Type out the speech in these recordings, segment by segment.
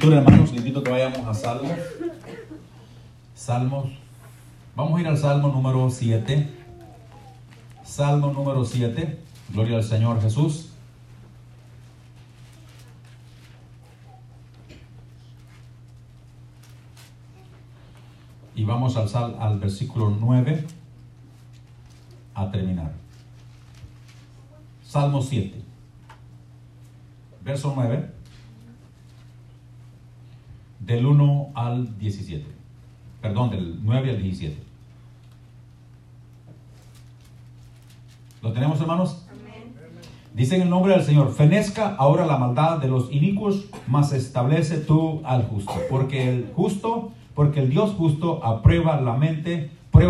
Hermanos, les invito a que vayamos a Salmos. Vamos a ir al Salmo número 7. Salmo número 7. Gloria al Señor Jesús. Y vamos al versículo 9 a terminar. Salmo 7, verso 9, del 1 al 17. Perdón, del 9 al 17. ¿Lo tenemos, hermanos? Amén. Dice en el nombre del Señor: fenezca ahora la maldad de los inicuos, mas establece tú al justo. Porque el Dios justo prueba la mente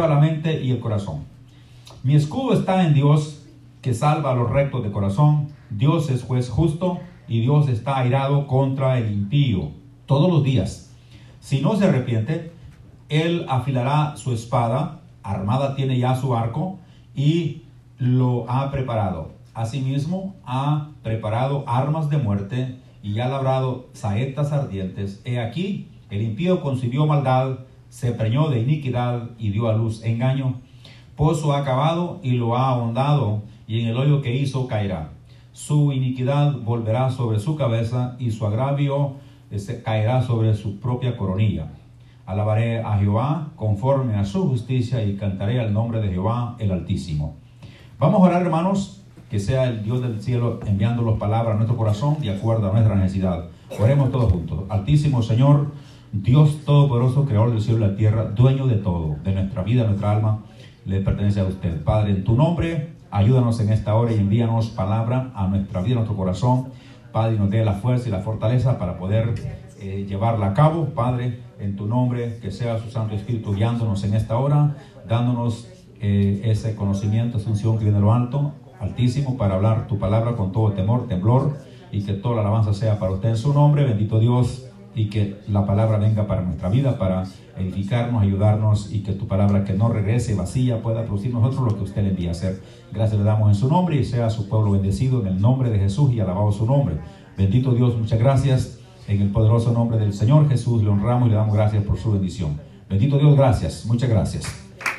y el corazón. Mi escudo está en Dios, que salva a los rectos de corazón. Dios es juez justo, y Dios está airado contra el impío todos los días. Si no se arrepiente, él afilará su espada, armada tiene ya su arco, y lo ha preparado. Asimismo ha preparado armas de muerte, y ha labrado saetas ardientes. He aquí, el impío concibió maldad, se preñó de iniquidad, y dio a luz engaño. Pozo ha cavado y lo ha ahondado, y en el hoyo que hizo caerá. Su iniquidad volverá sobre su cabeza, y su agravio caerá sobre su propia coronilla. Alabaré a Jehová conforme a su justicia, y cantaré al nombre de Jehová el Altísimo. Vamos a orar, hermanos, que sea el Dios del cielo enviando las palabras a nuestro corazón de acuerdo a nuestra necesidad. Oremos todos juntos. Altísimo Señor, Dios todopoderoso, creador del cielo y la tierra, dueño de todo, de nuestra vida, nuestra alma, le pertenece a usted. Padre, en tu nombre, ayúdanos en esta hora y envíanos palabra a nuestra vida, a nuestro corazón. Padre, y nos dé la fuerza y la fortaleza para poder llevarla a cabo. Padre, en tu nombre, que sea su Santo Espíritu guiándonos en esta hora, dándonos ese conocimiento, esa unción que viene de lo alto, Altísimo, para hablar tu palabra con todo temor, temblor, y que toda la alabanza sea para usted en su nombre. Bendito Dios, y que la palabra venga para nuestra vida, para edificarnos, ayudarnos, y que tu palabra, que no regrese vacía, pueda producir nosotros lo que usted le envía a hacer. Gracias le damos en su nombre, y sea su pueblo bendecido en el nombre de Jesús, y alabado su nombre. Bendito Dios, muchas gracias. En el poderoso nombre del Señor Jesús le honramos y le damos gracias por su bendición. Bendito Dios, gracias, muchas gracias.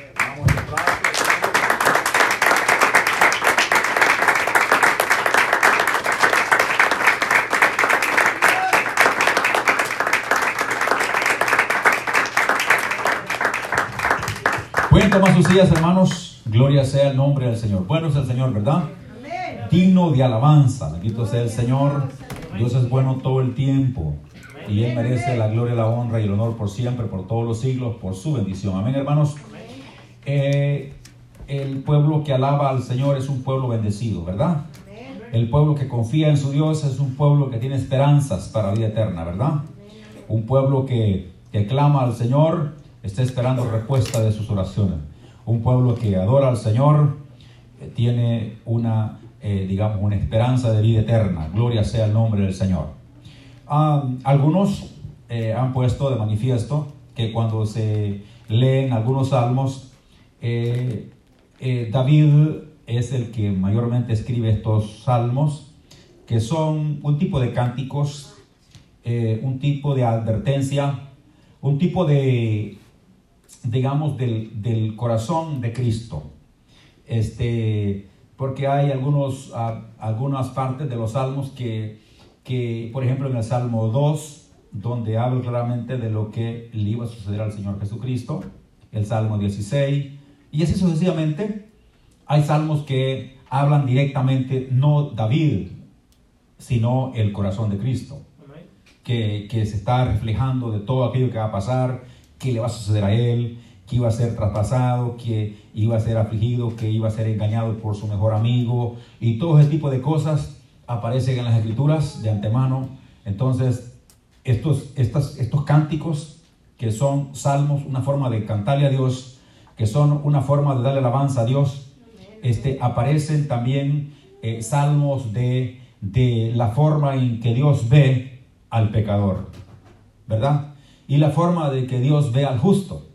Pueden tomar sus sillas, hermanos. Gloria sea el nombre del Señor. Bueno es el Señor, ¿verdad? Amén. Digno de alabanza. Bendito sea el Señor. Dios es bueno todo el tiempo, y Él merece la gloria, la honra y el honor por siempre, por todos los siglos, por su bendición. Amén, hermanos. El pueblo que alaba al Señor es un pueblo bendecido, ¿verdad? El pueblo que confía en su Dios es un pueblo que tiene esperanzas para la vida eterna, ¿verdad? Un pueblo que clama al Señor está esperando respuesta de sus oraciones. Un pueblo que adora al Señor tiene una esperanza de vida eterna. Gloria sea el nombre del Señor. Algunos han puesto de manifiesto que cuando se leen algunos salmos, David es el que mayormente escribe estos salmos, que son un tipo de cánticos, un tipo de advertencia, un tipo de, del corazón de Cristo. Porque hay algunas partes de los salmos que, por ejemplo, en el Salmo 2, donde habla claramente de lo que le iba a suceder al Señor Jesucristo, el Salmo 16, y así sucesivamente. Hay salmos que hablan directamente, no David, sino el corazón de Cristo, que se está reflejando de todo aquello que va a pasar, que le va a suceder a él, que iba a ser traspasado, que iba a ser afligido, que iba a ser engañado por su mejor amigo, y todo ese tipo de cosas aparecen en las Escrituras de antemano. Entonces, estos cánticos, que son salmos, una forma de cantarle a Dios, que son una forma de darle alabanza a Dios, aparecen también salmos de la forma en que Dios ve al pecador, ¿verdad? Y la forma de que Dios ve al justo.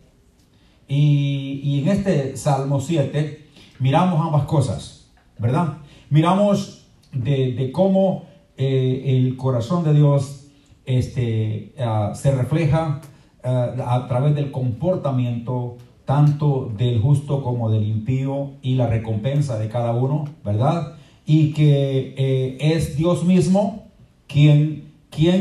Y en este Salmo 7 miramos ambas cosas, ¿verdad? Miramos de cómo el corazón de Dios se refleja a través del comportamiento tanto del justo como del impío y la recompensa de cada uno, ¿verdad? Y que es Dios mismo quien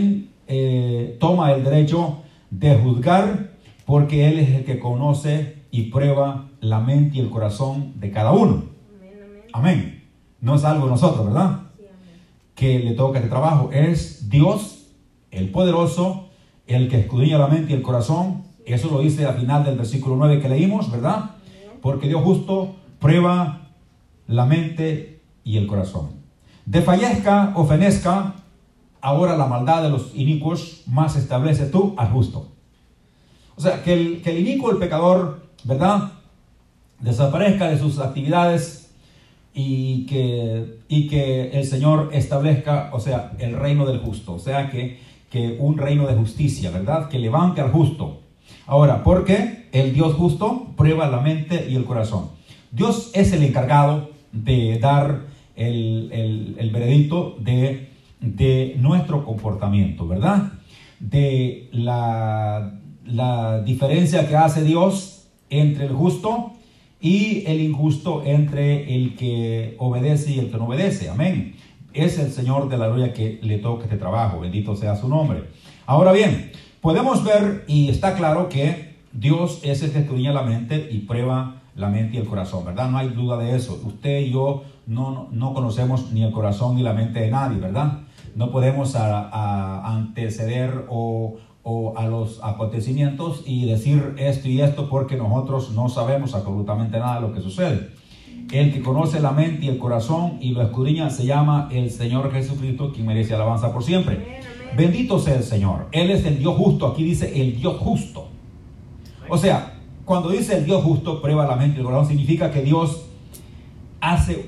toma el derecho de juzgar, porque Él es el que conoce y prueba la mente y el corazón de cada uno. Amén. No es algo de nosotros, ¿verdad? Sí, que le toca este trabajo. Es Dios, el poderoso, el que escudriña la mente y el corazón. Eso lo dice al final del versículo 9 que leímos, ¿verdad? Porque Dios justo prueba la mente y el corazón. Desfallezca o fenezca ahora la maldad de los inicuos, más establece tú al justo. O sea, que el inicuo, el pecador, ¿verdad?, desaparezca de sus actividades y que el Señor establezca, o sea, el reino del justo. O sea, que un reino de justicia, ¿verdad?, que levante al justo. Ahora, porque el Dios justo prueba la mente y el corazón. Dios es el encargado de dar el veredicto de nuestro comportamiento, ¿verdad? De la diferencia que hace Dios entre el justo y el injusto, entre el que obedece y el que no obedece. Amén. Es el Señor de la gloria que le toca este trabajo. Bendito sea su nombre. Ahora bien, podemos ver y está claro que Dios es el que escudriña la mente y prueba la mente y el corazón, ¿verdad? No hay duda de eso. Usted y yo no conocemos ni el corazón ni la mente de nadie, ¿verdad? No podemos anteceder a los acontecimientos y decir esto y esto, porque nosotros no sabemos absolutamente nada de lo que sucede. El que conoce la mente y el corazón y lo escudriña se llama el Señor Jesucristo, quien merece alabanza por siempre. Amén, amén. Bendito sea el Señor. Él es el Dios justo. Aquí dice el Dios justo. O sea, cuando dice el Dios justo prueba la mente y el corazón, significa que Dios hace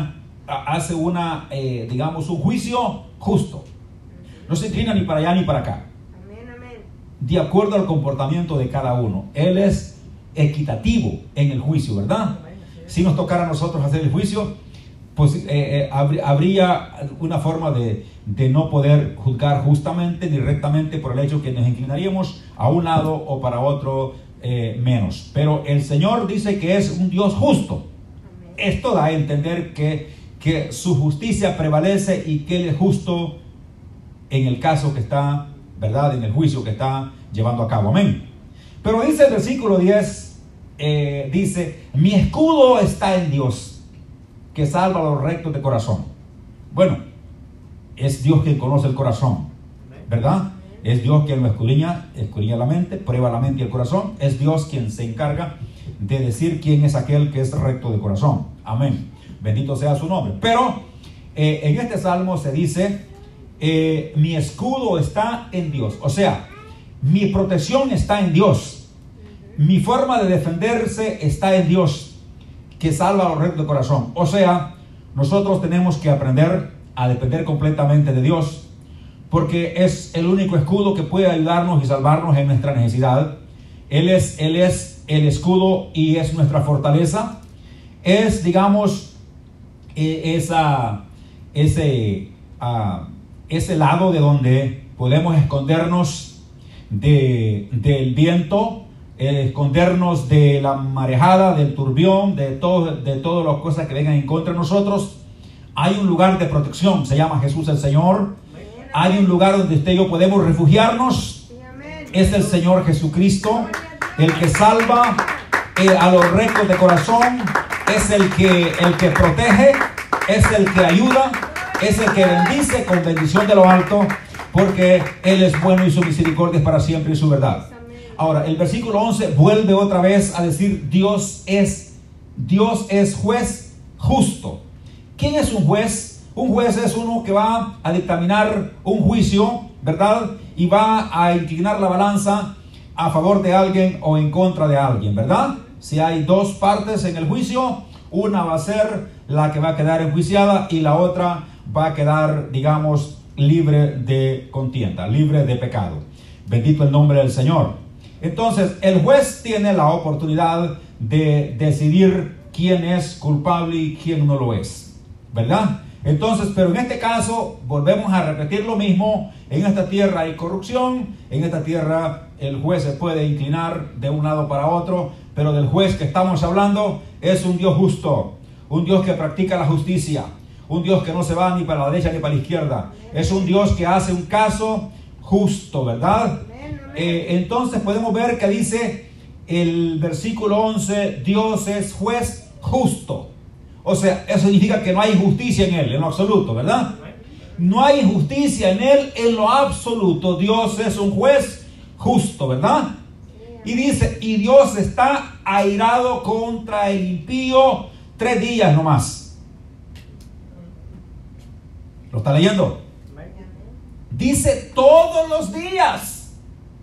digamos, un juicio justo. No se inclina ni para allá ni para acá. De acuerdo al comportamiento de cada uno. Él es equitativo en el juicio, ¿verdad? Si nos tocara a nosotros hacer el juicio, pues habría una forma de no poder juzgar justamente ni rectamente, por el hecho que nos inclinaríamos a un lado o para otro menos. Pero el Señor dice que es un Dios justo. Esto da a entender que su justicia prevalece y que Él es justo en el caso que está, ¿verdad?, en el juicio que está llevando a cabo. Amén. Pero dice el versículo 10, dice, mi escudo está en Dios, que salva a los rectos de corazón. Bueno, es Dios quien conoce el corazón, ¿verdad? Es Dios quien lo escudriña la mente, prueba la mente y el corazón. Es Dios quien se encarga de decir quién es aquel que es recto de corazón. Amén. Bendito sea su nombre. Pero en este salmo se dice, mi escudo está en Dios. O sea, mi protección está en Dios. Mi forma de defenderse está en Dios, que salva a los rectos de corazón. O sea, nosotros tenemos que aprender a depender completamente de Dios, porque es el único escudo que puede ayudarnos y salvarnos en nuestra necesidad. Él es el escudo y es nuestra fortaleza. Es, digamos, ese lado de donde podemos escondernos del viento, escondernos de la marejada, del turbión, de todas las cosas que vengan en contra de nosotros. Hay un lugar de protección, se llama Jesús el Señor. Hay un lugar donde usted y yo podemos refugiarnos. Es el Señor Jesucristo, el que salva a los rectos de corazón. Es el que protege, es el que ayuda, es el que bendice con bendición de lo alto, porque Él es bueno y su misericordia es para siempre y su verdad. Ahora, el versículo 11 vuelve otra vez a decir, Dios es juez justo. ¿Quién es un juez? Un juez es uno que va a dictaminar un juicio, ¿verdad? Y va a inclinar la balanza a favor de alguien o en contra de alguien, ¿verdad? Si hay dos partes en el juicio, una va a ser la que va a quedar enjuiciada y la otra va a quedar, digamos, libre de contienda, libre de pecado. Bendito el nombre del Señor. Entonces, el juez tiene la oportunidad de decidir quién es culpable y quién no lo es, ¿verdad? Entonces, pero en este caso, volvemos a repetir lo mismo. En esta tierra hay corrupción, en esta tierra el juez se puede inclinar de un lado para otro, pero del juez que estamos hablando es un Dios justo, un Dios que practica la justicia, un Dios que no se va ni para la derecha ni para la izquierda. Es un Dios que hace un caso justo, ¿verdad? Entonces podemos ver que dice el versículo 11, Dios es juez justo. O sea, eso significa que no hay justicia en Él, en lo absoluto, ¿verdad? No hay justicia en Él en lo absoluto. Dios es un juez justo, ¿verdad? Y dice, y Dios está airado contra el impío 3 días nomás. ¿Lo está leyendo? Dice todos los días.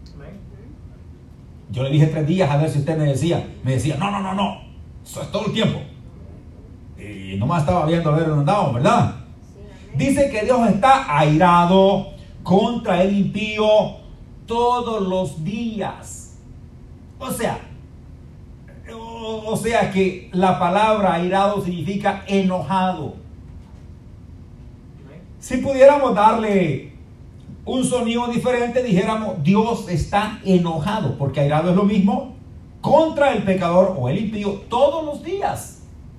Yo le dije 3 días a ver si usted me decía, no, eso es todo el tiempo. Y nomás estaba viendo a ver dónde andábamos, ¿verdad? Dice que Dios está airado contra el impío todos los días. O sea que la palabra airado significa enojado. Si pudiéramos darle un sonido diferente, dijéramos Dios está enojado, porque airado es lo mismo contra el pecador o el impío todos los días.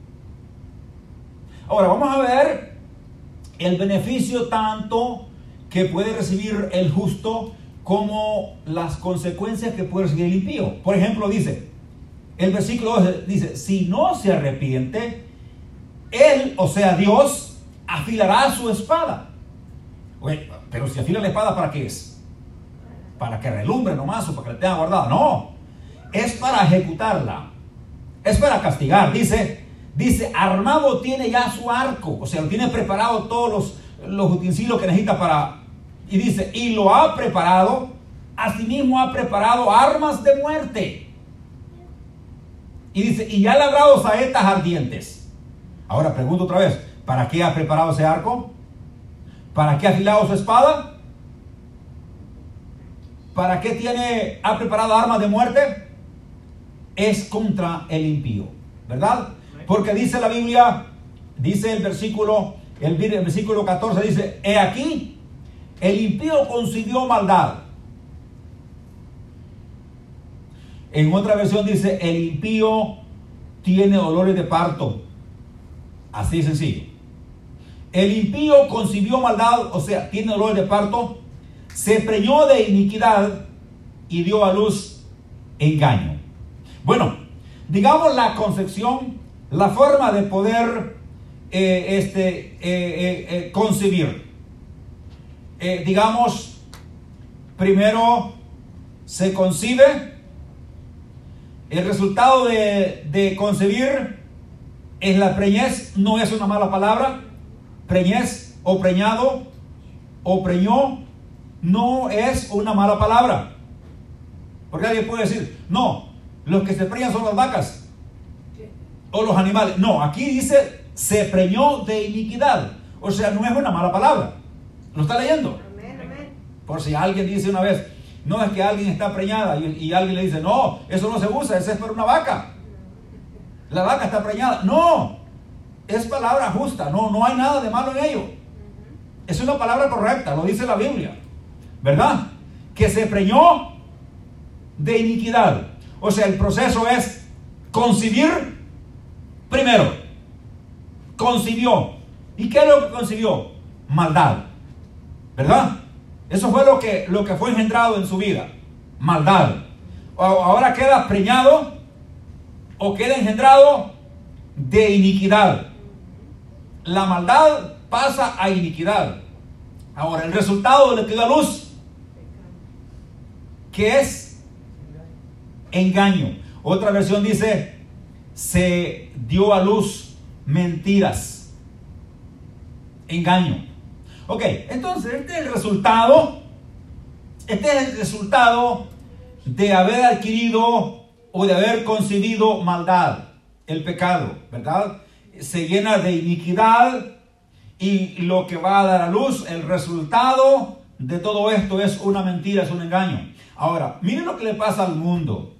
Ahora vamos a ver el beneficio tanto que puede recibir el justo como las consecuencias que puede recibir el impío. Por ejemplo, dice, el versículo 12 dice, si no se arrepiente, Él, o sea Dios, afilará su espada. Oye, pero si afila la espada, ¿para qué es? ¿Para que relumbre nomás o para que la tenga guardada? No, es para ejecutarla, es para castigar. Dice, armado tiene ya su arco, o sea, lo tiene preparado todos los utensilios que necesita para... Y dice, y lo ha preparado, asimismo ha preparado armas de muerte. Y dice, y ya ha labrado saetas ardientes. Ahora pregunto otra vez, ¿para qué ha preparado ese arco? ¿Para qué ha afilado su espada? ¿Para qué ha preparado armas de muerte? Es contra el impío, ¿verdad? Porque dice la Biblia, dice el versículo 14, dice, he aquí, el impío concibió maldad. En otra versión dice, el impío tiene dolores de parto. Así de sencillo. El impío concibió maldad, o sea, tiene dolores de parto, se preñó de iniquidad y dio a luz engaño. Bueno, digamos la concepción, la forma de poder concebir. Digamos, primero se concibe, el resultado de concebir es la preñez, no es una mala palabra, preñez o preñado o preñó no es una mala palabra, porque alguien puede decir, no, los que se preñan son las vacas o los animales. No, aquí dice se preñó de iniquidad, o sea, no es una mala palabra. ¿Lo está leyendo? Amén. Por si alguien dice una vez, no, es que alguien está preñada, y alguien le dice, no, eso no se usa, eso es para una vaca, la vaca está preñada. No, es palabra justa, no hay nada de malo en ello, es una palabra correcta, lo dice la Biblia, ¿verdad? Que se preñó de iniquidad, o sea, el proceso es concebir primero, concibió. ¿Y qué es lo que concibió? Maldad, ¿verdad? Eso fue lo que fue engendrado en su vida, maldad. Ahora queda preñado o queda engendrado de iniquidad. La maldad pasa a iniquidad. Ahora, el resultado de lo que dio a luz, ¿qué es? Engaño. Otra versión dice, se dio a luz mentiras. Engaño. Ok, entonces este es el resultado de haber adquirido o de haber concebido maldad, el pecado, ¿verdad? Se llena de iniquidad y lo que va a dar a luz, el resultado de todo esto es una mentira, es un engaño. Ahora, miren lo que le pasa al mundo.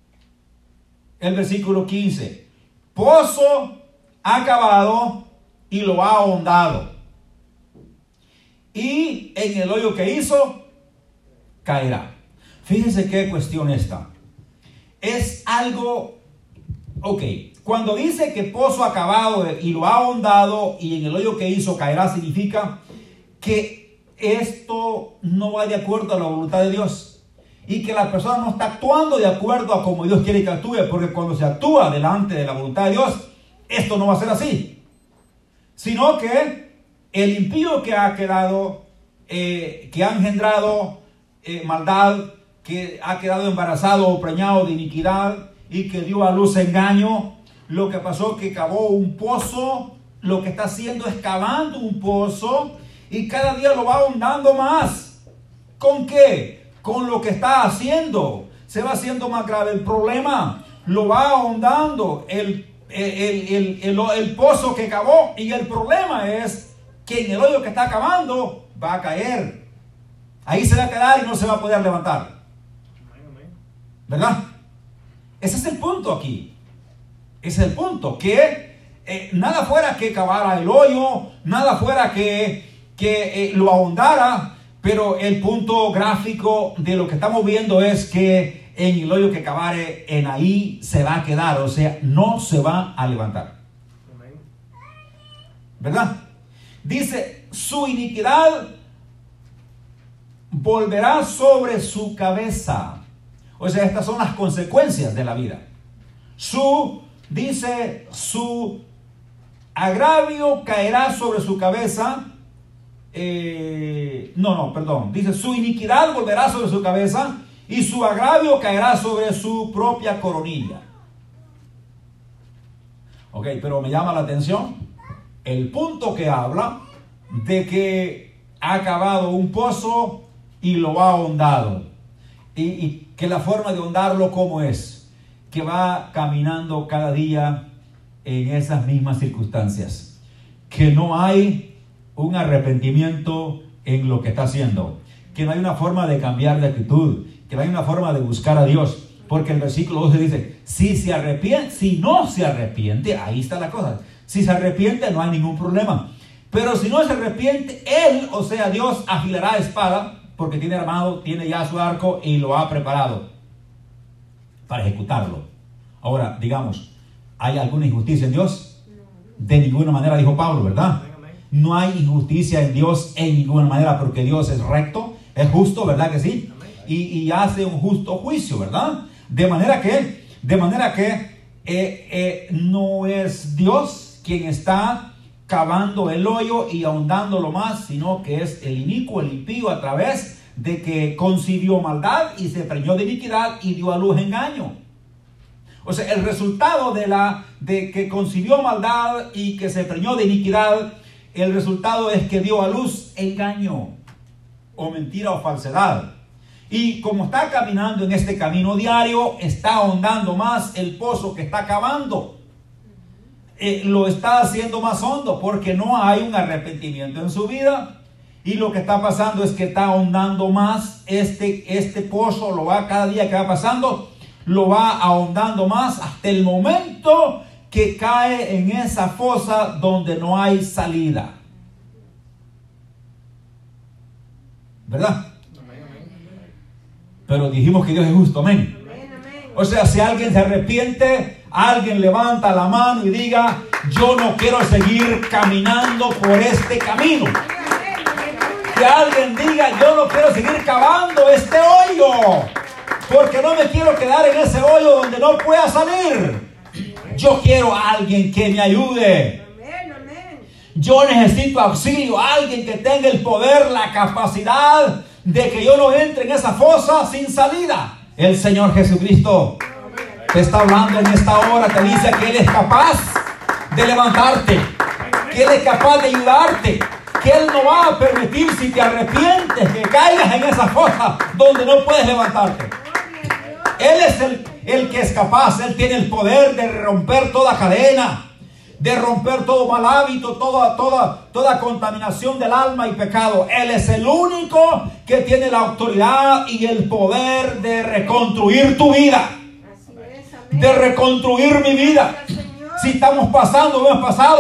El versículo 15, pozo acabado y lo ha ahondado. Y en el hoyo que hizo, caerá. Fíjense qué cuestión esta. Es algo, ok, cuando dice que pozo acabado y lo ha ahondado y en el hoyo que hizo caerá, significa que esto no va de acuerdo a la voluntad de Dios y que la persona no está actuando de acuerdo a como Dios quiere que actúe, porque cuando se actúa delante de la voluntad de Dios, esto no va a ser así, sino que el impío que ha quedado, que ha engendrado maldad, que ha quedado embarazado o preñado de iniquidad y que dio a luz engaño, lo que pasó que cavó un pozo, lo que está haciendo es cavando un pozo y cada día lo va ahondando más. ¿Con qué? Con lo que está haciendo. Se va haciendo más grave el problema. Lo va ahondando el pozo que cavó y el problema es que en el hoyo que está cavando va a caer. Ahí se va a quedar y no se va a poder levantar. ¿Verdad? Ese es el punto aquí. Ese es el punto. Que nada fuera que cavara el hoyo, nada fuera que lo ahondara, pero el punto gráfico de lo que estamos viendo es que en el hoyo que cavare, en ahí se va a quedar, o sea, no se va a levantar. ¿Verdad? Dice, su iniquidad volverá sobre su cabeza. O sea, estas son las consecuencias de la vida. Dice, su agravio caerá sobre su cabeza. Dice, su iniquidad volverá sobre su cabeza y su agravio caerá sobre su propia coronilla. Ok, pero me llama la atención el punto que habla de que ha cavado un pozo y lo ha ahondado. Y que la forma de ahondarlo, ¿cómo es? Que va caminando cada día en esas mismas circunstancias. Que no hay un arrepentimiento en lo que está haciendo. Que no hay una forma de cambiar de actitud. Que no hay una forma de buscar a Dios. Porque el versículo 12 dice, si no se arrepiente, ahí está la cosa. Si se arrepiente no hay ningún problema. Pero si no se arrepiente, Él, o sea Dios, afilará espada, porque tiene armado, tiene ya su arco y lo ha preparado para ejecutarlo. Ahora, digamos, ¿hay alguna injusticia en Dios? De ninguna manera, dijo Pablo, ¿verdad? No hay injusticia en Dios en ninguna manera, porque Dios es recto, es justo, ¿verdad que sí? Y hace un justo juicio, ¿verdad? De manera que no es Dios quien está cavando el hoyo y ahondándolo más, sino que es el inicuo, el impío, a través de que concibió maldad y se preñó de iniquidad y dio a luz engaño. O sea, el resultado de que concibió maldad y que se preñó de iniquidad, el resultado es que dio a luz engaño, o mentira o falsedad. Y como está caminando en este camino diario, está ahondando más el pozo que está cavando. Lo está haciendo más hondo porque no hay un arrepentimiento en su vida. Y lo que está pasando es que está ahondando más este pozo, lo va cada día que va pasando, lo va ahondando más hasta el momento que cae en esa fosa donde no hay salida. ¿Verdad? Pero dijimos que Dios es justo, amén. O sea, si alguien se arrepiente, alguien levanta la mano y diga, yo no quiero seguir caminando por este camino. Que alguien diga, yo no quiero seguir cavando este hoyo, porque no me quiero quedar en ese hoyo donde no pueda salir. Yo quiero a alguien que me ayude. Yo necesito auxilio, alguien que tenga el poder, la capacidad de que yo no entre en esa fosa sin salida. El Señor Jesucristo te está hablando en esta hora, te dice que Él es capaz de levantarte, que Él es capaz de ayudarte, que Él no va a permitir, si te arrepientes, que caigas en esa fosa donde no puedes levantarte. Él es el que es capaz, Él tiene el poder de romper toda cadena, de romper todo mal hábito, toda contaminación del alma y pecado. Él es el único que tiene la autoridad y el poder de reconstruir tu vida, de reconstruir mi vida. Si estamos pasando, hemos pasado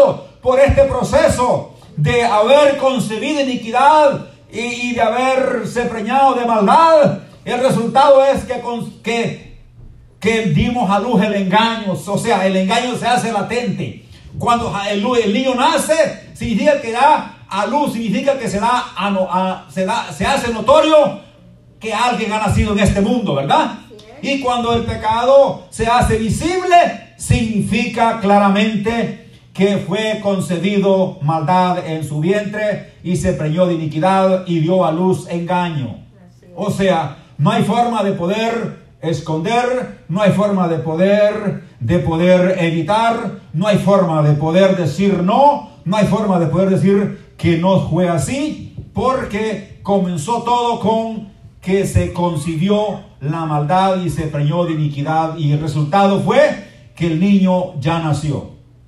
por este proceso de haber concebido iniquidad y de haberse preñado de maldad, el resultado es que dimos a luz el engaño. O sea, el engaño se hace latente. Cuando el niño nace, significa que da a luz, significa que se hace notorio que alguien ha nacido en este mundo, ¿verdad? Y cuando el pecado se hace visible, significa claramente que fue concebido maldad en su vientre y se preñó de iniquidad y dio a luz engaño. O sea, no hay forma de poder esconder, no hay forma de poder evitar, no hay forma de poder decir no hay forma de poder decir que no fue así, porque comenzó todo con que se concibió la maldad y se preñó de iniquidad, y el resultado fue que el niño ya nació.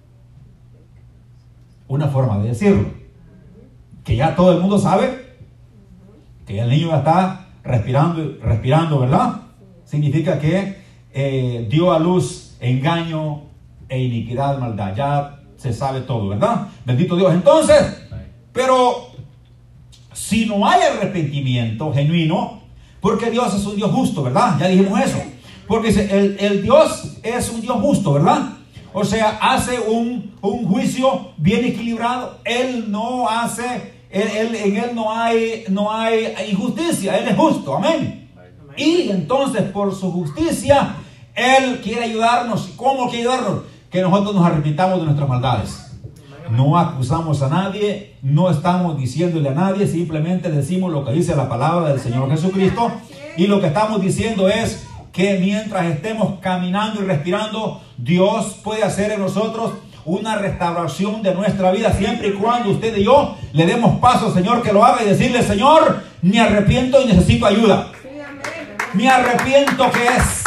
Una forma de decirlo, que ya todo el mundo sabe que el niño ya está respirando, ¿verdad? Significa que dio a luz engaño e iniquidad, maldad. Ya se sabe todo, ¿verdad? Bendito Dios. Entonces, pero si no hay arrepentimiento genuino, porque Dios es un Dios justo, ¿verdad? Ya dijimos eso. Porque el Dios es un Dios justo, ¿verdad? O sea, hace un juicio bien equilibrado. Él no hace, en Él no hay injusticia. Él es justo, amén. Y entonces por su justicia Él quiere ayudarnos. ¿Cómo quiere ayudarnos? Que nosotros nos arrepintamos de nuestras maldades. No acusamos a nadie, no estamos diciéndole a nadie, simplemente decimos lo que dice la palabra del Señor Jesucristo. Y lo que estamos diciendo es que mientras estemos caminando y respirando, Dios puede hacer en nosotros una restauración de nuestra vida, siempre y cuando usted y yo le demos paso al Señor que lo haga y decirle: Señor, me arrepiento y necesito ayuda. Me arrepiento, que es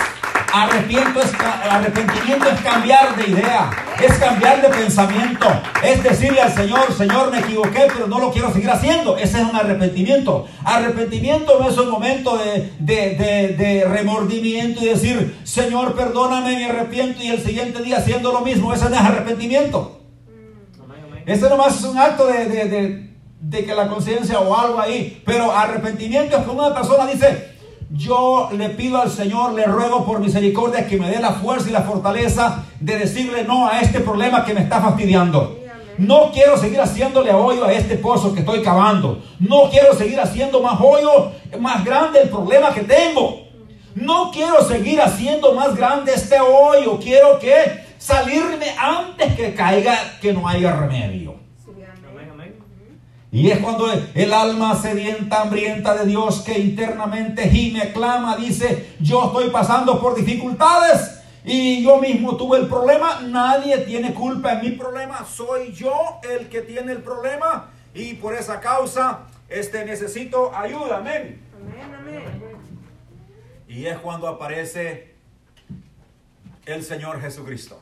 arrepentimiento es cambiar de idea, es cambiar de pensamiento, es decirle al Señor: Señor, me equivoqué, pero no lo quiero seguir haciendo. Ese es un arrepentimiento. Arrepentimiento no es un momento de remordimiento y decir: Señor, perdóname, me arrepiento, y el siguiente día haciendo lo mismo. Ese no es arrepentimiento. Ese nomás es un acto de que la conciencia o algo ahí. Pero arrepentimiento es cuando una persona dice: yo le pido al Señor, le ruego por misericordia que me dé la fuerza y la fortaleza de decirle no a este problema que me está fastidiando. No quiero seguir haciéndole hoyo a este pozo que estoy cavando. No quiero seguir haciendo más hoyo, más grande el problema que tengo. No quiero seguir haciendo más grande este hoyo. Quiero que salirme antes que caiga, que no haya remedio. Y es cuando el alma sedienta, hambrienta de Dios, que internamente gime, clama, dice: yo estoy pasando por dificultades y yo mismo tuve el problema. Nadie tiene culpa en mi problema, soy yo el que tiene el problema, y por esa causa necesito ayuda. Amén. Amén. Y es cuando aparece el Señor Jesucristo,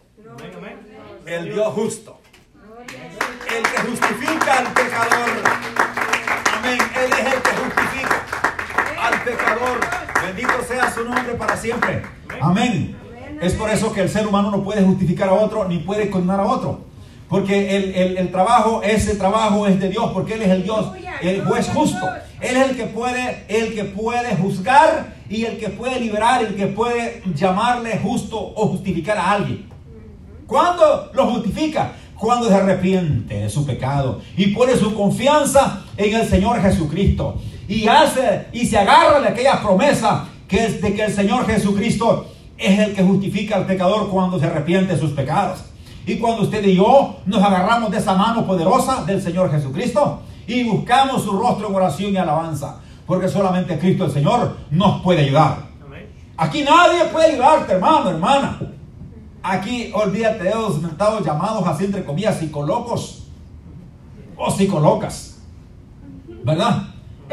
el Dios justo, el que justifica al pecador. Amén. Él es el que justifica al pecador. Bendito sea su nombre para siempre. Amén. Es por eso que el ser humano no puede justificar a otro ni puede condenar a otro, porque el trabajo, ese trabajo es de Dios, porque Él es el Dios, el juez justo. Él es el que puede juzgar y el que puede liberar, el que puede llamarle justo o justificar a alguien. ¿Cuándo lo justifica? Cuando se arrepiente de su pecado y pone su confianza en el Señor Jesucristo y se agarra de aquella promesa que es de que el Señor Jesucristo es el que justifica al pecador cuando se arrepiente de sus pecados. Y cuando usted y yo nos agarramos de esa mano poderosa del Señor Jesucristo y buscamos su rostro en oración y alabanza, porque solamente Cristo el Señor nos puede ayudar. Aquí nadie puede ayudarte, hermano, hermana. Aquí olvídate de los mentados llamados así entre comillas psicólogos o psicolocas, ¿verdad?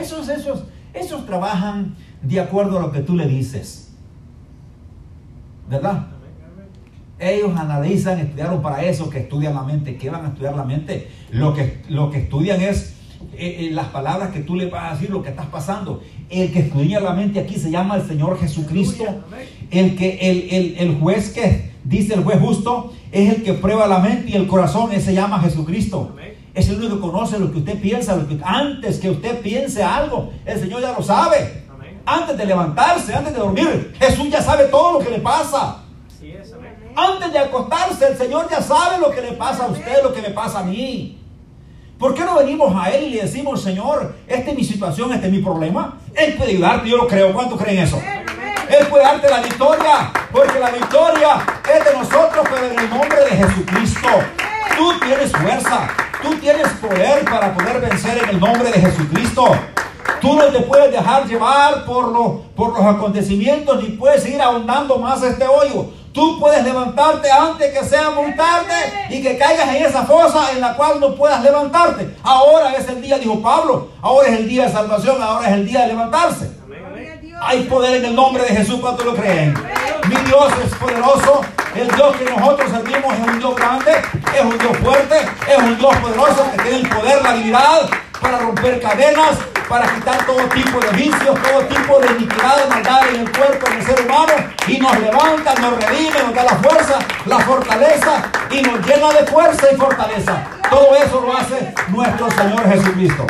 Esos trabajan de acuerdo a lo que tú le dices, ¿verdad? Ellos analizan, estudiaron para eso, que estudian la mente. ¿Qué van a estudiar la mente? Lo que estudian es las palabras que tú le vas a decir, lo que estás pasando. El que estudia la mente aquí se llama el Señor Jesucristo. El juez dice el juez justo, es el que prueba la mente y el corazón. Ese se llama Jesucristo. Amén. Es el único que conoce lo que usted piensa, antes que usted piense algo, el Señor ya lo sabe. Amén. Antes de levantarse, antes de dormir, Jesús ya sabe todo lo que le pasa. Así es, amén. Antes de acostarse, el Señor ya sabe lo que le pasa a usted, lo que me pasa a mí. ¿Por qué no venimos a Él y le decimos, Señor, esta es mi situación, este es mi problema? Él puede ayudarte, yo lo creo. ¿Cuántos creen eso? Él puede darte la victoria, porque la victoria es de nosotros, pero en el nombre de Jesucristo. Tú tienes fuerza, tú tienes poder para poder vencer en el nombre de Jesucristo. Tú no te puedes dejar llevar por los acontecimientos, ni puedes ir ahondando más este hoyo. Tú puedes levantarte antes que sea muy tarde y que caigas en esa fosa en la cual no puedas levantarte. Ahora es el día, dijo Pablo, ahora es el día de salvación, ahora es el día de levantarse. Hay poder en el nombre de Jesús. ¿Cuántos lo creen? Mi Dios es poderoso. El Dios que nosotros servimos es un Dios grande, es un Dios fuerte, es un Dios poderoso que tiene el poder, la habilidad para romper cadenas, para quitar todo tipo de vicios, todo tipo de iniquidad, de maldad en el cuerpo del ser humano, y nos levanta, nos redime, nos da la fuerza, la fortaleza, y nos llena de fuerza y fortaleza. Todo eso lo hace nuestro Señor Jesucristo.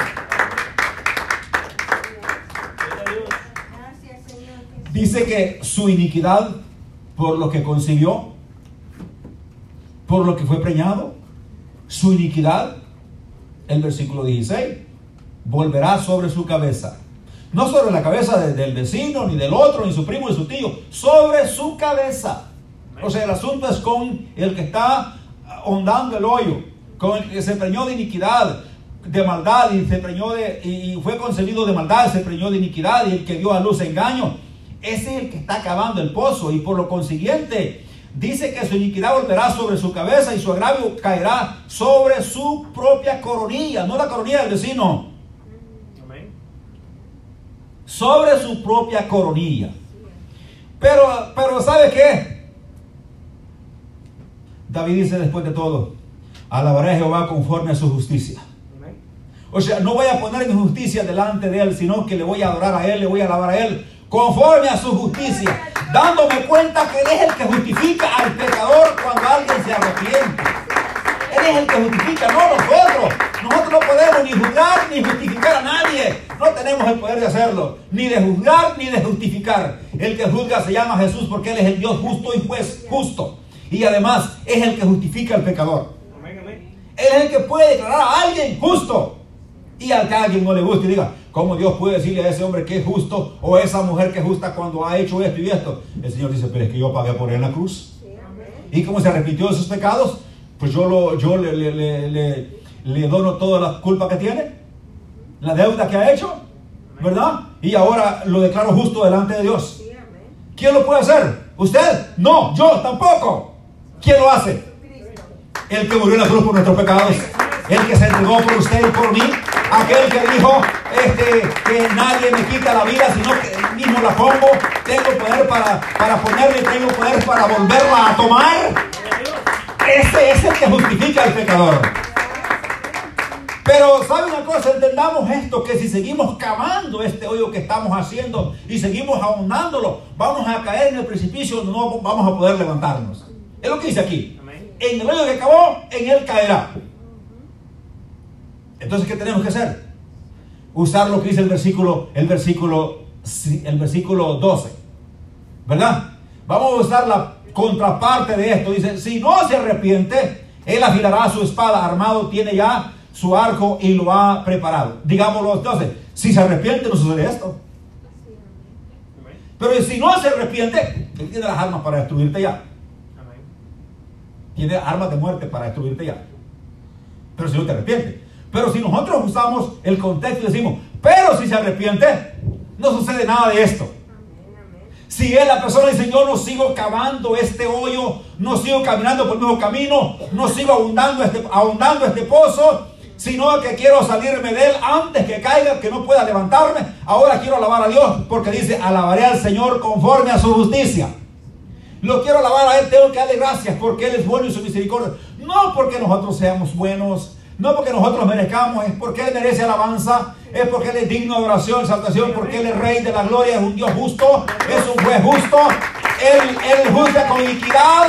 Dice que su iniquidad, por lo que concibió, por lo que fue preñado, su iniquidad, el versículo 16, volverá sobre su cabeza. No sobre la cabeza del vecino, ni del otro, ni su primo, ni su tío, sobre su cabeza. O sea, el asunto es con el que está ahondando el hoyo, con el que se preñó de iniquidad, de maldad, y se preñó y fue concebido de maldad, se preñó de iniquidad, y el que dio a luz engaño. Ese es el que está cavando el pozo, y por lo consiguiente dice que su iniquidad volverá sobre su cabeza y su agravio caerá sobre su propia coronilla, no la coronilla del vecino. Amén. Sobre su propia coronilla. Pero ¿sabe qué? David dice después de todo, alabaré a Jehová conforme a su justicia. Amén. O sea, no voy a poner mi justicia delante de él, sino que le voy a adorar a él, le voy a alabar a él conforme a su justicia, dándome cuenta que Él es el que justifica al pecador cuando alguien se arrepiente. Él es el que justifica, no nosotros. Nosotros no podemos ni juzgar ni justificar a nadie. No tenemos el poder de hacerlo, ni de juzgar ni de justificar. El que juzga se llama Jesús, porque Él es el Dios justo y juez justo. Y además es el que justifica al pecador. Él es el que puede declarar a alguien justo, y al que a alguien no le guste y diga, ¿cómo Dios puede decirle a ese hombre que es justo, o a esa mujer que es justa cuando ha hecho esto y esto? El Señor dice, pero es que yo pagué por él en la cruz. Y como se arrepintió de sus pecados, pues yo le dono toda la culpa que tiene, la deuda que ha hecho, ¿verdad? Y ahora lo declaro justo delante de Dios. ¿Quién lo puede hacer? ¿Usted? No, yo tampoco. ¿Quién lo hace? El que murió en la cruz por nuestros pecados, el que se entregó por usted y por mí, aquel que dijo que nadie me quita la vida, sino que él mismo la pongo. Tengo poder para ponerle, tengo poder para volverla a tomar. Ese es el que justifica al pecador. Pero ¿sabe una cosa? Entendamos esto, que si seguimos cavando este hoyo que estamos haciendo y seguimos ahondándolo, vamos a caer en el precipicio, no vamos a poder levantarnos. Es lo que dice aquí. En el hoyo que cavó, en él caerá. Entonces, ¿qué tenemos que hacer? Usar lo que dice el versículo 12, ¿verdad? Vamos a usar la contraparte de esto. Dice, si no se arrepiente, él afilará su espada, armado tiene ya su arco y lo ha preparado. Digámoslo entonces, si se arrepiente no sucede esto. Pero si no se arrepiente, él tiene las armas para destruirte ya. Tiene armas de muerte para destruirte ya. Pero si no te arrepientes. Pero si nosotros usamos el contexto y decimos, pero si se arrepiente, no sucede nada de esto. Si es la persona dice, yo no sigo cavando este hoyo, no sigo caminando por el mismo camino, no sigo ahondando este pozo, sino que quiero salirme de él antes que caiga, que no pueda levantarme. Ahora quiero alabar a Dios, porque dice, alabaré al Señor conforme a su justicia. Lo quiero alabar a Él, tengo que darle gracias porque Él es bueno y su misericordia. No porque nosotros seamos buenos, no porque nosotros merezcamos, es porque Él merece alabanza, es porque Él es digno de adoración, exaltación, porque Él es Rey de la gloria, es un Dios justo, es un juez justo. Él juzga con equidad,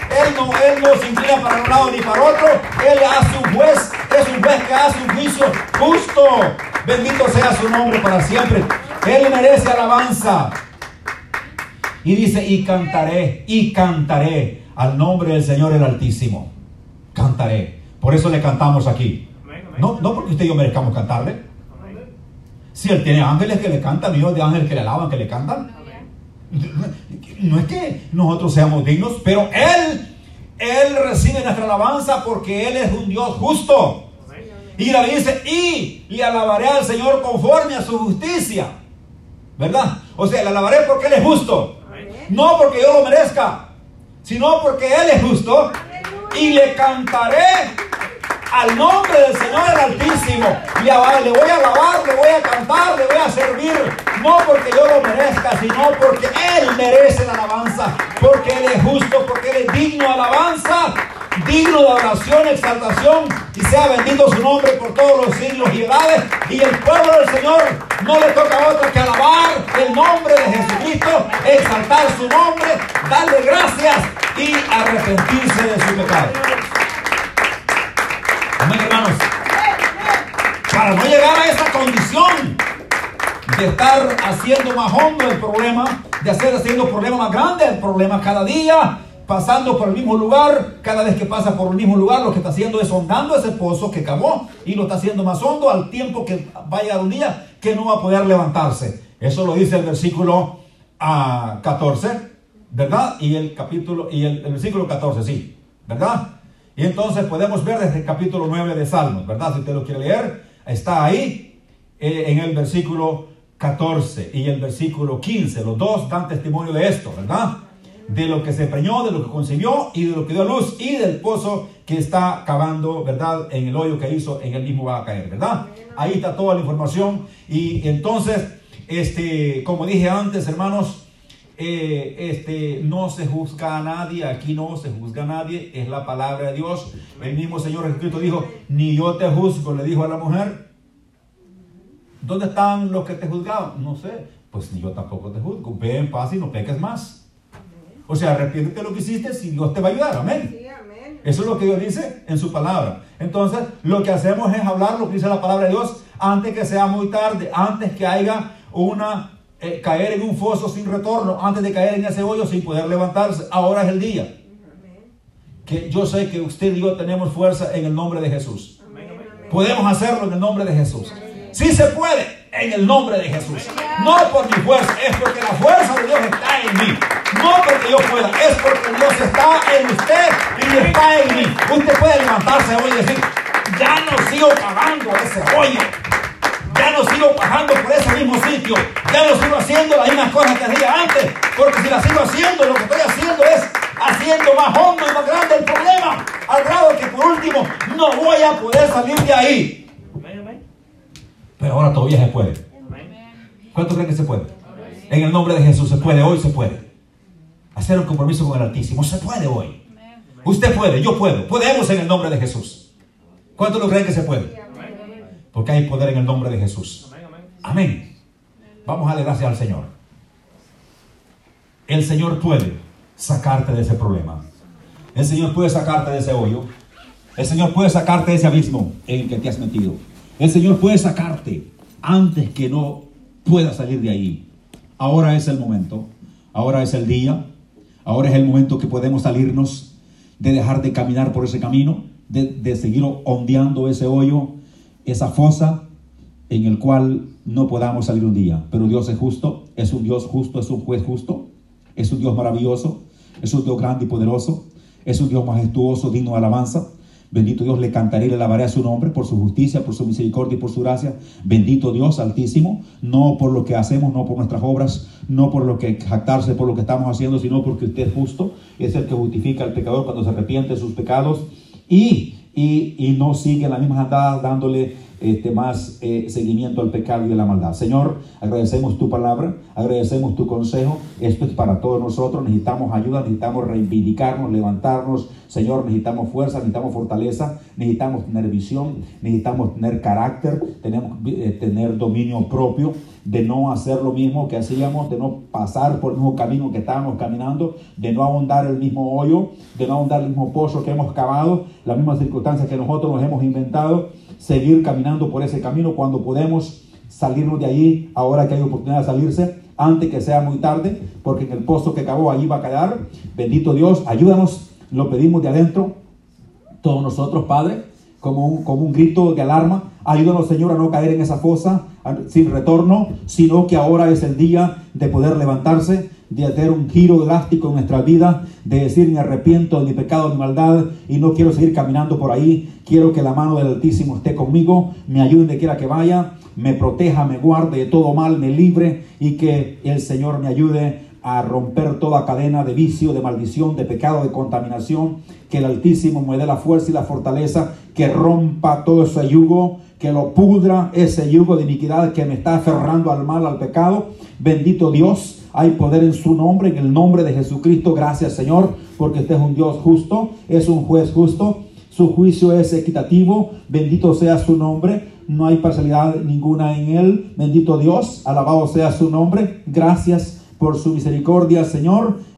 Él no se inclina para un lado ni para otro. Él hace un juez, es un juez que hace un juicio justo. Bendito sea su nombre para siempre. Él merece alabanza. Y dice, y cantaré al nombre del Señor el Altísimo. Cantaré. Por eso le cantamos aquí. No porque usted y yo merezcamos cantarle. Si Él tiene ángeles que le cantan, millones de ángeles que le alaban, que le cantan. No es que nosotros seamos dignos, pero Él recibe nuestra alabanza porque Él es un Dios justo. Y la Biblia dice, y le alabaré al Señor conforme a su justicia. ¿Verdad? O sea, le alabaré porque Él es justo. No porque yo lo merezca, sino porque Él es justo. Y le cantaré al nombre del Señor el Altísimo. Le voy a alabar, le voy a cantar, le voy a servir. No porque yo lo merezca, sino porque Él merece la alabanza. Porque Él es justo, porque Él es digno de alabanza, digno de oración, exaltación. Y sea bendito su nombre por todos los siglos y edades. Y el pueblo del Señor no le toca a otro que alabar el nombre de Jesucristo, exaltar su nombre, darle gracias y arrepentirse de su pecado. Amén, hermanos. Para no llegar a esa condición de estar haciendo más hondo el problema, de haciendo el problema más grande el problema cada día, pasando por el mismo lugar. Cada vez que pasa por el mismo lugar, lo que está haciendo es hondando ese pozo que cavó y lo está haciendo más hondo, al tiempo que va a llegar un día que no va a poder levantarse. Eso lo dice el versículo 14, ¿verdad? Y el versículo 14, sí, ¿verdad? Y entonces podemos ver desde el capítulo 9 de Salmos, ¿verdad? Si usted lo quiere leer, está ahí en el versículo 14 y el versículo 15. Los dos dan testimonio de esto, ¿verdad? De lo que se preñó, de lo que concibió y de lo que dio a luz, y del pozo que está cavando, ¿verdad? En el hoyo que hizo, en el mismo va a caer, ¿verdad? Ahí está toda la información. Y entonces, como dije antes, hermanos, no se juzga a nadie. Aquí no se juzga a nadie, es la palabra de Dios. El mismo Señor Jesucristo dijo, ni yo te juzgo, le dijo a la mujer. ¿Dónde están los que te juzgaban? No sé. Pues ni yo tampoco te juzgo. Ve en paz y no peques más. O sea, arrepiéntete de lo que hiciste y Dios te va a ayudar. Amén. Sí, amén. Eso es lo que Dios dice en su palabra. Entonces, lo que hacemos es hablar lo que dice la palabra de Dios antes que sea muy tarde, antes que haya caer en un foso sin retorno, antes de caer en ese hoyo sin poder levantarse. Ahora es el día. Amén. Que yo sé que usted y yo tenemos fuerza en el nombre de Jesús. Amén, amén. Podemos hacerlo en el nombre de Jesús. Amén. Sí se puede en el nombre de Jesús. No por mi fuerza, es porque la fuerza de Dios está en mí. No porque yo pueda, es porque Dios está en usted y está en mí. Usted puede levantarse hoy y decir, ya no sigo pagando ese hoyo. Ya no sigo bajando por ese mismo sitio. Ya no sigo haciendo las mismas cosas que hacía antes. Porque si las sigo haciendo, lo que estoy haciendo es haciendo más hondo y más grande el problema. Al grado que por último no voy a poder salir de ahí. Pero ahora todavía se puede. ¿Cuánto creen que se puede? En el nombre de Jesús se puede, hoy se puede. Hacer un compromiso con el Altísimo. Se puede hoy. Usted puede, yo puedo. Podemos en el nombre de Jesús. ¿Cuántos lo creen que se puede? Porque hay poder en el nombre de Jesús. Amén. Vamos a darle gracias al Señor. El Señor puede sacarte de ese problema. El Señor puede sacarte de ese hoyo. El Señor puede sacarte de ese abismo en el que te has metido. El Señor puede sacarte antes que no puedas salir de ahí. Ahora es el momento. Ahora es el día. Ahora es el momento que podemos salirnos de dejar de caminar por ese camino, de seguir ondeando ese hoyo, esa fosa en el cual no podamos salir un día. Pero Dios es justo, es un Dios justo, es un juez justo, es un Dios maravilloso, es un Dios grande y poderoso, es un Dios majestuoso, digno de alabanza. Bendito Dios, le cantaré y le alabaré a su nombre por su justicia, por su misericordia y por su gracia. Bendito Dios Altísimo, no por lo que hacemos, no por nuestras obras, no por lo que jactarse por lo que estamos haciendo, sino porque usted es justo, es el que justifica al pecador cuando se arrepiente de sus pecados y y no sigue la misma andada dándole más seguimiento al pecado y a la maldad. Señor, agradecemos tu palabra, agradecemos tu consejo. Esto es para todos nosotros. Necesitamos ayuda, necesitamos reivindicarnos, levantarnos. Señor, necesitamos fuerza, necesitamos fortaleza, necesitamos tener visión, necesitamos tener carácter, tenemos tener dominio propio, de no hacer lo mismo que hacíamos, de no pasar por el mismo camino que estábamos caminando, de no ahondar el mismo hoyo, de no ahondar el mismo pozo que hemos cavado, las mismas circunstancias que nosotros nos hemos inventado. Seguir caminando por ese camino cuando podemos salirnos de allí, ahora que hay oportunidad de salirse, antes que sea muy tarde, porque en el pozo que cavó allí va a quedar. Bendito Dios, ayúdanos, lo pedimos de adentro, todos nosotros, Padre, como un grito de alarma. Ayúdanos, Señor, a no caer en esa fosa sin retorno, sino que ahora es el día de poder levantarse, de hacer un giro drástico en nuestra vida, de decir: me arrepiento de mi pecado, de mi maldad, y no quiero seguir caminando por ahí. Quiero que la mano del Altísimo esté conmigo, me ayude donde quiera que vaya, me proteja, me guarde de todo mal, me libre, y que el Señor me ayude a romper toda cadena de vicio, de maldición, de pecado, de contaminación. Que el Altísimo me dé la fuerza y la fortaleza, que rompa todo ese yugo, que lo pudra, ese yugo de iniquidad que me está aferrando al mal, al pecado. Bendito Dios, hay poder en su nombre, en el nombre de Jesucristo. Gracias, Señor, porque usted es un Dios justo, es un juez justo, su juicio es equitativo. Bendito sea su nombre, no hay parcialidad ninguna en él. Bendito Dios, alabado sea su nombre. Gracias por su misericordia, Señor.